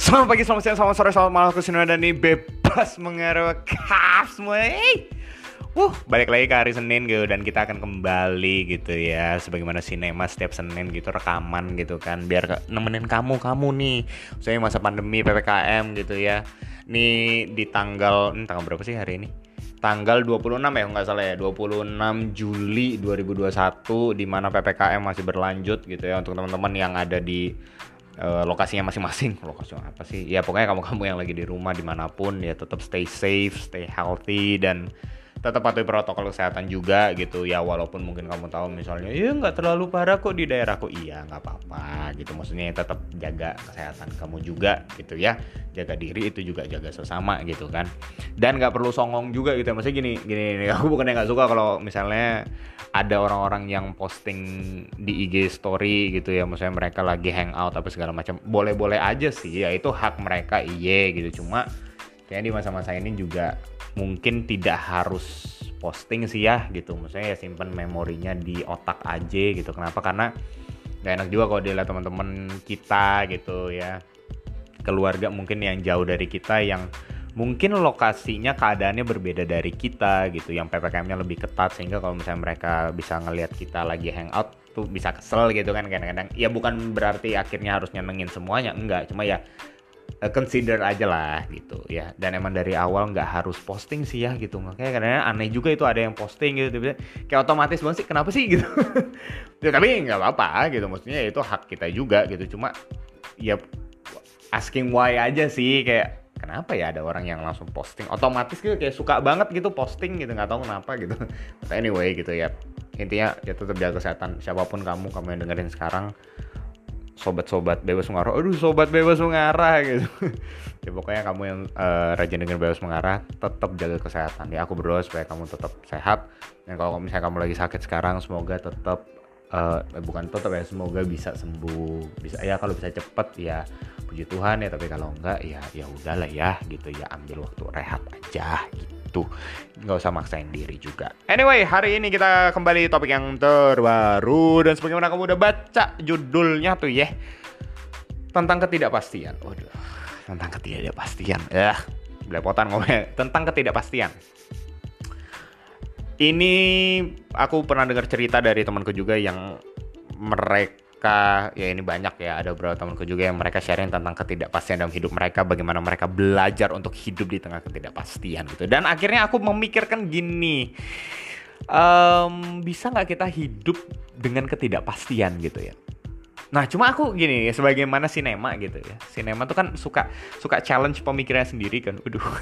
Selamat pagi, selamat siang, selamat sore, selamat malam. Aku Sinona dan ini bebas mengarah semua. Balik lagi ke hari Senin gitu. Dan kita akan kembali gitu ya, sebagaimana sinema setiap Senin gitu, rekaman gitu kan, biar nemenin kamu nih. Soalnya masa pandemi PPKM gitu ya. Nih di tanggal berapa sih hari ini? Tanggal 26 ya, nggak salah ya, 26 Juli 2021, di mana PPKM masih berlanjut gitu ya, untuk teman-teman yang ada di lokasinya masing-masing. Lokasi apa sih? Ya pokoknya kamu yang lagi di rumah dimanapun ya, tetap stay safe, stay healthy, dan tetap patuhi protokol kesehatan juga gitu ya. Walaupun mungkin kamu tahu misalnya ya nggak terlalu parah kok di daerahku, iya nggak apa-apa gitu. Maksudnya tetap jaga kesehatan kamu juga gitu ya, jaga diri itu juga jaga sesama gitu kan. Dan nggak perlu songong juga gitu ya. Maksudnya gini aku bukannya nggak suka kalau misalnya ada orang-orang yang posting di IG story gitu ya, maksudnya mereka lagi hangout apa segala macam, boleh-boleh aja sih ya, itu hak mereka gitu. Cuma kayaknya di masa-masa ini juga mungkin tidak harus posting sih ya gitu, maksudnya ya simpen memorinya di otak aja gitu. Kenapa? Karena gak enak juga kalau dilihat teman-teman kita gitu ya, keluarga mungkin yang jauh dari kita, yang mungkin lokasinya keadaannya berbeda dari kita gitu, yang PPKM-nya lebih ketat, sehingga kalau misalnya mereka bisa ngelihat kita lagi hangout tuh bisa kesel gitu kan kadang-kadang. Ya bukan berarti akhirnya harus nyenengin semuanya, enggak, cuma ya consider aja lah gitu ya. Dan emang dari awal nggak harus posting sih ya gitu, makanya kadang-kadang aneh juga itu ada yang posting gitu, kayak otomatis banget sih, kenapa sih gitu. Ya, tapi nggak apa-apa gitu, maksudnya itu hak kita juga gitu. Cuma ya asking why aja sih, kayak kenapa ya ada orang yang langsung posting otomatis gitu, kayak suka banget gitu posting gitu, nggak tahu kenapa gitu. But anyway gitu ya, intinya ya tetap jaga kesehatan siapapun kamu yang dengerin sekarang, sobat-sobat bebas mengarah. Sobat bebas mengarah gitu. Ya pokoknya kamu yang rajin dengerin bebas mengarah, tetap jaga kesehatan ya. Aku berdoa supaya kamu tetap sehat, dan kalau misalnya kamu lagi sakit sekarang, semoga tetap semoga bisa sembuh, bisa ya, kalau bisa cepet ya puji Tuhan ya, tapi kalau enggak ya udahlah ya gitu ya, ambil waktu rehat aja gitu, nggak usah maksain diri juga. Anyway, hari ini kita kembali topik yang terbaru, dan sebagaimana kamu udah baca judulnya tuh ya, tentang ketidakpastian. Tentang ketidakpastian belepotan ngomongnya tentang ketidakpastian. Ini aku pernah dengar cerita dari temanku juga, yang mereka, ya ini banyak ya, ada beberapa temanku juga yang mereka sharing tentang ketidakpastian dalam hidup mereka, bagaimana mereka belajar untuk hidup di tengah ketidakpastian gitu. Dan akhirnya aku memikirkan gini, bisa nggak kita hidup dengan ketidakpastian gitu ya. Nah cuma aku gini, sebagaimana sinema gitu ya, sinema tuh kan suka challenge pemikirannya sendiri kan.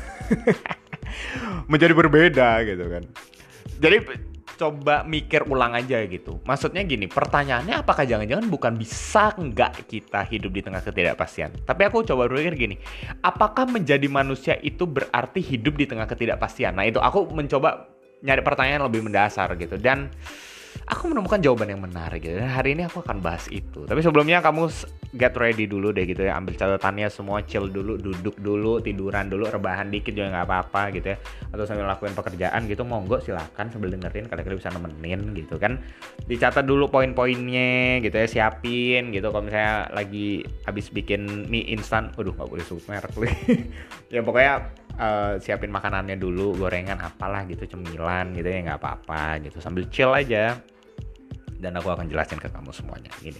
Menjadi berbeda gitu kan. Jadi coba mikir ulang aja gitu. Maksudnya gini, pertanyaannya apakah jangan-jangan bukan bisa nggak kita hidup di tengah ketidakpastian. Tapi aku coba berpikir gini, apakah menjadi manusia itu berarti hidup di tengah ketidakpastian? Nah itu aku mencoba nyari pertanyaan lebih mendasar gitu, dan aku menemukan jawaban yang menarik gitu. Dan hari ini aku akan bahas itu. Tapi sebelumnya kamu get ready dulu deh gitu ya. Ambil catatannya semua, chill dulu, duduk dulu, tiduran dulu, rebahan dikit juga nggak apa-apa gitu ya. Atau sambil lakuin pekerjaan gitu, monggo silakan sambil dengerin, kali-kali bisa nemenin gitu kan. Dicatat dulu poin-poinnya gitu ya, siapin gitu. Kalau misalnya lagi habis bikin mie instan, nggak boleh sebut merek. Ya pokoknya siapin makanannya dulu, gorengan apalah gitu, cemilan gitu ya, nggak apa-apa gitu, sambil chill aja. Dan aku akan jelasin ke kamu semuanya gini.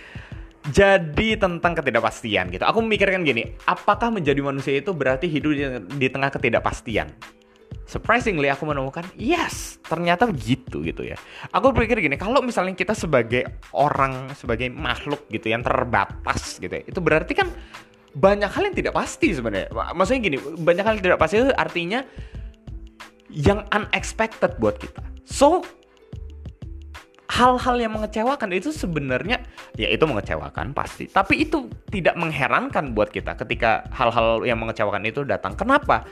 Jadi tentang ketidakpastian gitu, aku memikirkan gini, apakah menjadi manusia itu berarti hidup di tengah ketidakpastian? Surprisingly aku menemukan yes, ternyata begitu gitu ya. Aku berpikir gini, kalau misalnya kita sebagai orang, sebagai makhluk gitu yang terbatas gitu ya, itu berarti kan banyak hal yang tidak pasti sebenarnya. Maksudnya gini, banyak hal yang tidak pasti itu artinya yang unexpected buat kita. So hal-hal yang mengecewakan itu sebenarnya, ya itu mengecewakan pasti, tapi itu tidak mengherankan buat kita ketika hal-hal yang mengecewakan itu datang. Kenapa?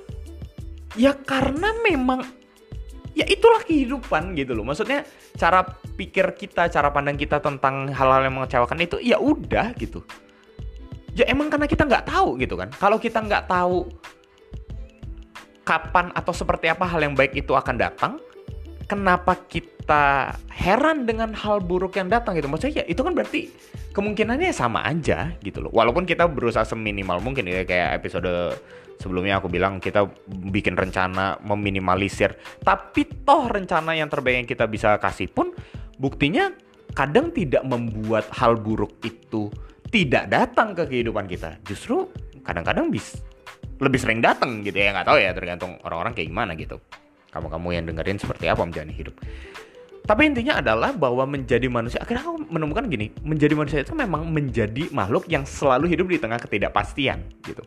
Ya karena memang ya itulah kehidupan gitu loh. Maksudnya cara pikir kita, cara pandang kita tentang hal-hal yang mengecewakan itu ya udah gitu. Ya emang karena kita nggak tahu gitu kan. Kalau kita nggak tahu kapan atau seperti apa hal yang baik itu akan datang, kenapa kita kita heran dengan hal buruk yang datang gitu. Maksudnya ya itu kan berarti kemungkinannya sama aja gitu loh. Walaupun kita berusaha seminimal mungkin ya, kayak episode sebelumnya aku bilang kita bikin rencana meminimalisir. Tapi toh rencana yang terbaik yang kita bisa kasih pun buktinya kadang tidak membuat hal buruk itu tidak datang ke kehidupan kita. Justru kadang-kadang lebih sering datang gitu ya. Nggak tahu ya, tergantung orang-orang kayak gimana gitu. Kamu-kamu yang dengerin seperti apa menjalani hidup. Tapi intinya adalah bahwa menjadi manusia, akhirnya aku menemukan gini, menjadi manusia itu memang menjadi makhluk yang selalu hidup di tengah ketidakpastian gitu.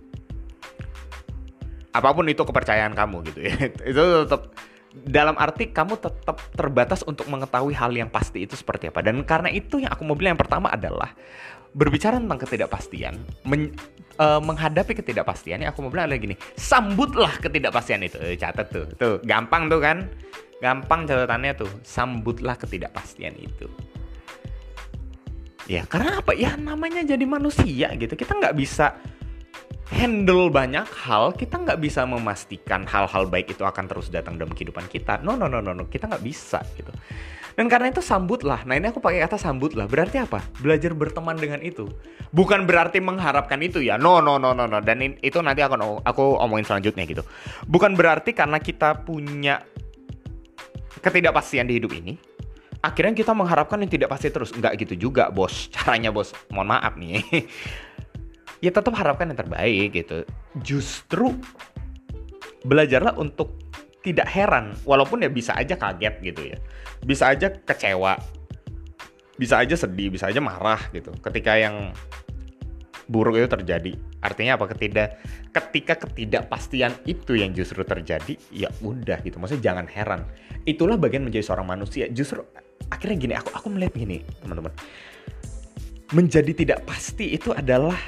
Apapun itu kepercayaan kamu gitu ya, itu tetap dalam arti kamu tetap terbatas untuk mengetahui hal yang pasti itu seperti apa. Dan karena itu yang aku mau bilang yang pertama adalah berbicara tentang ketidakpastian, menghadapi ketidakpastian, yang aku mau bilang adalah gini, sambutlah ketidakpastian itu. Catat tuh gampang tuh kan, gampang catatannya tuh, sambutlah ketidakpastian itu. Ya karena apa? Ya namanya jadi manusia gitu, kita nggak bisa handle banyak hal, kita nggak bisa memastikan hal-hal baik itu akan terus datang dalam kehidupan kita. No, kita nggak bisa gitu. Dan karena itu sambutlah. Nah ini aku pakai kata sambutlah. Berarti apa? Belajar berteman dengan itu. Bukan berarti mengharapkan itu ya. No. Dan itu nanti aku omongin selanjutnya gitu. Bukan berarti karena kita punya ketidakpastian di hidup ini, akhirnya kita mengharapkan yang tidak pasti terus. Nggak gitu juga bos. Caranya bos, mohon maaf nih. Ya tetap harapkan yang terbaik gitu. Justru belajarlah untuk tidak heran, walaupun ya bisa aja kaget gitu ya, bisa aja kecewa, bisa aja sedih, bisa aja marah gitu ketika yang buruk itu terjadi. Artinya apa? Ketika ketidakpastian itu yang justru terjadi, ya udah gitu. Maksudnya jangan heran. Itulah bagian menjadi seorang manusia. Justru akhirnya gini, aku melihat gini teman-teman, menjadi tidak pasti itu adalah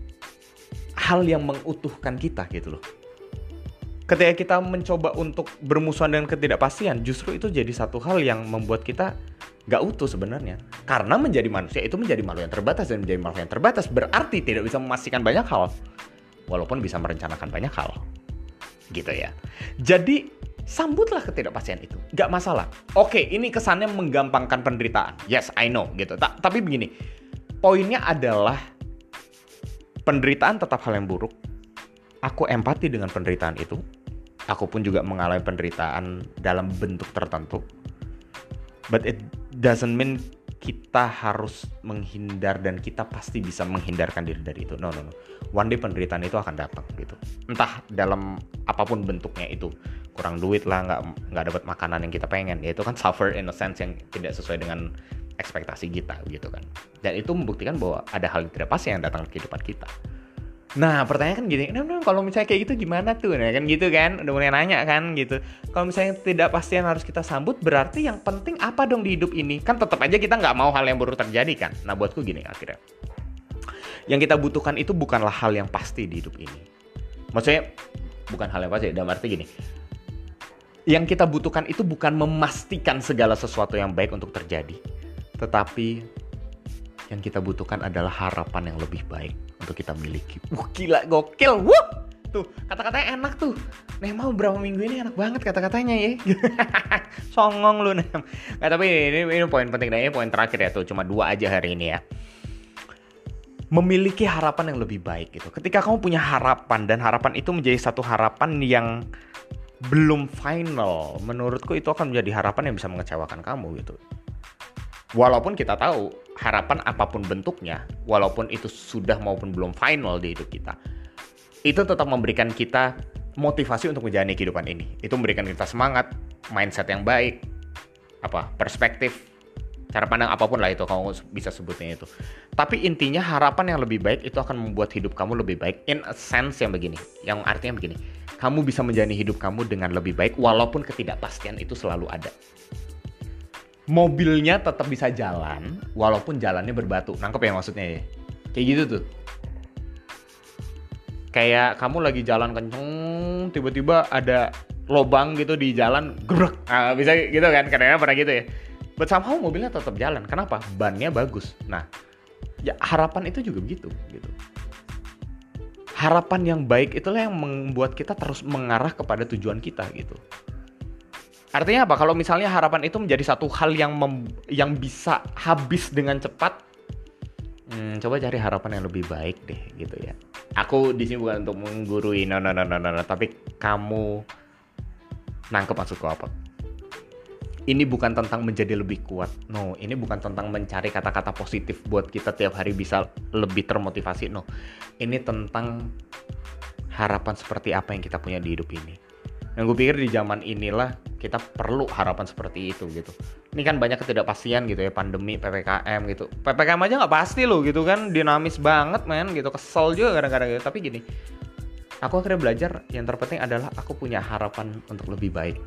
hal yang mengutuhkan kita gitu loh. Ketika kita mencoba untuk bermusuhan dengan ketidakpastian, justru itu jadi satu hal yang membuat kita gak utuh sebenarnya. Karena menjadi manusia itu menjadi makhluk yang terbatas, dan menjadi makhluk yang terbatas berarti tidak bisa memastikan banyak hal, walaupun bisa merencanakan banyak hal. Gitu ya. Jadi sambutlah ketidakpastian itu, gak masalah. Oke, ini kesannya menggampangkan penderitaan. Yes, I know gitu. Tapi begini, poinnya adalah penderitaan tetap hal yang buruk. Aku empati dengan penderitaan itu. Aku pun juga mengalami penderitaan dalam bentuk tertentu. But it doesn't mean kita harus menghindar dan kita pasti bisa menghindarkan diri dari itu. No. One day penderitaan itu akan datang gitu. Entah dalam apapun bentuknya itu. Kurang duit lah, nggak dapat makanan yang kita pengen. Ya itu kan suffer in a sense yang tidak sesuai dengan ekspektasi kita gitu kan. Dan itu membuktikan bahwa ada hal yang tidak pasti yang datang ke kehidupan kita. Nah pertanyaan kan gini, kalau misalnya kayak gitu gimana tuh? Nah kan gitu kan, udah mulai nanya kan gitu. Kalau misalnya tidak pasti yang harus kita sambut, berarti yang penting apa dong di hidup ini? Kan tetap aja kita nggak mau hal yang buruk terjadi kan. Nah buatku gini akhirnya, yang kita butuhkan itu bukanlah hal yang pasti di hidup ini. Maksudnya bukan hal yang pasti, dalam arti gini, yang kita butuhkan itu bukan memastikan segala sesuatu yang baik untuk terjadi, tetapi yang kita butuhkan adalah harapan yang lebih baik untuk kita miliki. Gila, gokil. Tuh, kata-katanya enak tuh. Mau berapa minggu ini enak banget kata-katanya ya. Songong lu, Nem. Nah, tapi ini poin penting, ini poin terakhir ya tuh. Cuma 2 aja hari ini ya. Memiliki harapan yang lebih baik gitu. Ketika kamu punya harapan, dan harapan itu menjadi satu harapan yang belum final, menurutku itu akan menjadi harapan yang bisa mengecewakan kamu gitu. Walaupun kita tahu harapan apapun bentuknya, walaupun itu sudah maupun belum final di hidup kita, itu tetap memberikan kita motivasi untuk menjalani kehidupan ini. Itu memberikan kita semangat, mindset yang baik, perspektif, cara pandang apapun lah itu kamu bisa sebutnya itu. Tapi intinya harapan yang lebih baik itu akan membuat hidup kamu lebih baik in a sense yang begini. Yang artinya begini, kamu bisa menjalani hidup kamu dengan lebih baik walaupun ketidakpastian itu selalu ada. Mobilnya tetap bisa jalan walaupun jalannya berbatu. Nangkep ya maksudnya ya? Kayak gitu tuh. Kayak kamu lagi jalan kenceng, tiba-tiba ada lobang gitu di jalan, gerak. Nah, bisa gitu kan? Kadang-kadang pernah gitu ya. But somehow mobilnya tetap jalan. Kenapa? Bannya bagus. Nah, ya harapan itu juga begitu gitu. Harapan yang baik itulah yang membuat kita terus mengarah kepada tujuan kita gitu. Artinya apa? Kalau misalnya harapan itu menjadi satu hal yang bisa habis dengan cepat, coba cari harapan yang lebih baik deh gitu ya. Aku di sini bukan untuk menggurui, no, tapi kamu nangkep maksudku apa? Ini bukan tentang menjadi lebih kuat. No, ini bukan tentang mencari kata-kata positif buat kita tiap hari bisa lebih termotivasi. No, ini tentang harapan seperti apa yang kita punya di hidup ini. Dan gue pikir di zaman inilah kita perlu harapan seperti itu gitu. Ini kan banyak ketidakpastian gitu ya, pandemi, PPKM gitu. PPKM aja nggak pasti loh gitu kan, dinamis banget men gitu. Kesel juga kadang-kadang gitu. Tapi gini, aku akhirnya belajar yang terpenting adalah aku punya harapan untuk lebih baik.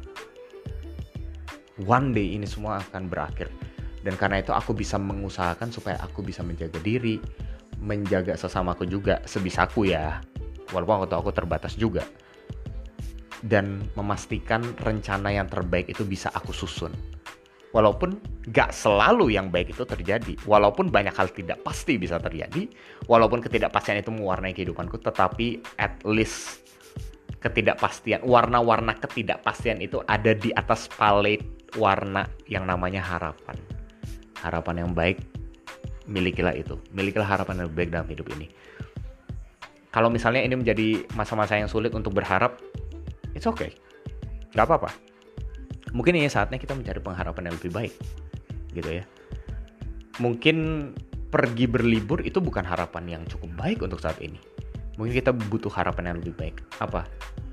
One day ini semua akan berakhir. Dan karena itu aku bisa mengusahakan supaya aku bisa menjaga diri, menjaga sesamaku juga sebisaku ya. Walaupun aku terbatas juga. Dan memastikan rencana yang terbaik itu bisa aku susun. Walaupun gak selalu yang baik itu terjadi. Walaupun banyak hal tidak pasti bisa terjadi. Walaupun ketidakpastian itu mewarnai kehidupanku. Tetapi at least ketidakpastian, warna-warna ketidakpastian itu ada di atas palet warna yang namanya harapan. Harapan yang baik, milikilah itu. Milikilah harapan yang baik dalam hidup ini. Kalau misalnya ini menjadi masa-masa yang sulit untuk berharap, it's okay. Gak apa-apa. Mungkin ini saatnya kita mencari pengharapan yang lebih baik. Gitu ya. Mungkin pergi berlibur itu bukan harapan yang cukup baik untuk saat ini. Mungkin kita butuh harapan yang lebih baik. Apa?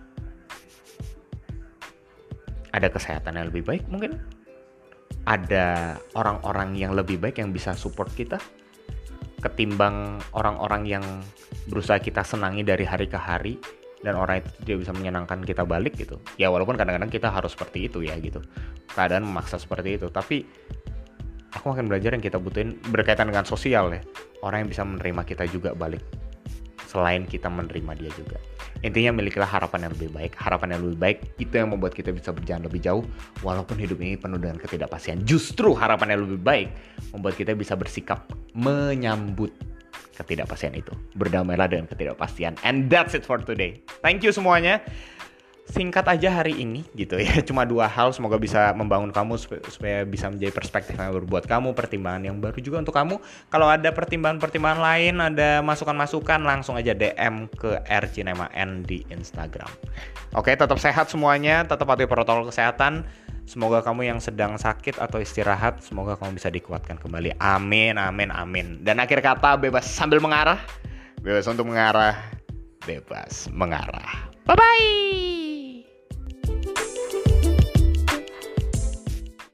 Ada kesehatan yang lebih baik mungkin. Ada orang-orang yang lebih baik yang bisa support kita. Ketimbang orang-orang yang berusaha kita senangi dari hari ke hari. Dan orang itu tidak bisa menyenangkan kita balik gitu. Ya walaupun kadang-kadang kita harus seperti itu ya gitu. Keadaan memaksa seperti itu. Tapi aku akan belajar yang kita butuhin berkaitan dengan sosial ya. Orang yang bisa menerima kita juga balik. Selain kita menerima dia juga. Intinya milikilah harapan yang lebih baik. Harapan yang lebih baik itu yang membuat kita bisa berjalan lebih jauh. Walaupun hidup ini penuh dengan ketidakpastian. Justru harapan yang lebih baik membuat kita bisa bersikap menyambut ketidakpastian itu. Berdamailah dengan ketidakpastian. And that's it for today. Thank you semuanya. Singkat aja hari ini gitu ya. Cuma 2 hal, semoga bisa membangun kamu supaya bisa menjadi perspektif yang baru buat kamu, pertimbangan yang baru juga untuk kamu. Kalau ada pertimbangan-pertimbangan lain, ada masukan-masukan, langsung aja DM ke rcinemaN di Instagram. Oke, tetap sehat semuanya, tetap patuhi protokol kesehatan. Semoga kamu yang sedang sakit atau istirahat, semoga kamu bisa dikuatkan kembali. Amin, amin, amin. Dan akhir kata, bebas sambil mengarah. Bebas untuk mengarah, bebas mengarah. Bye-bye!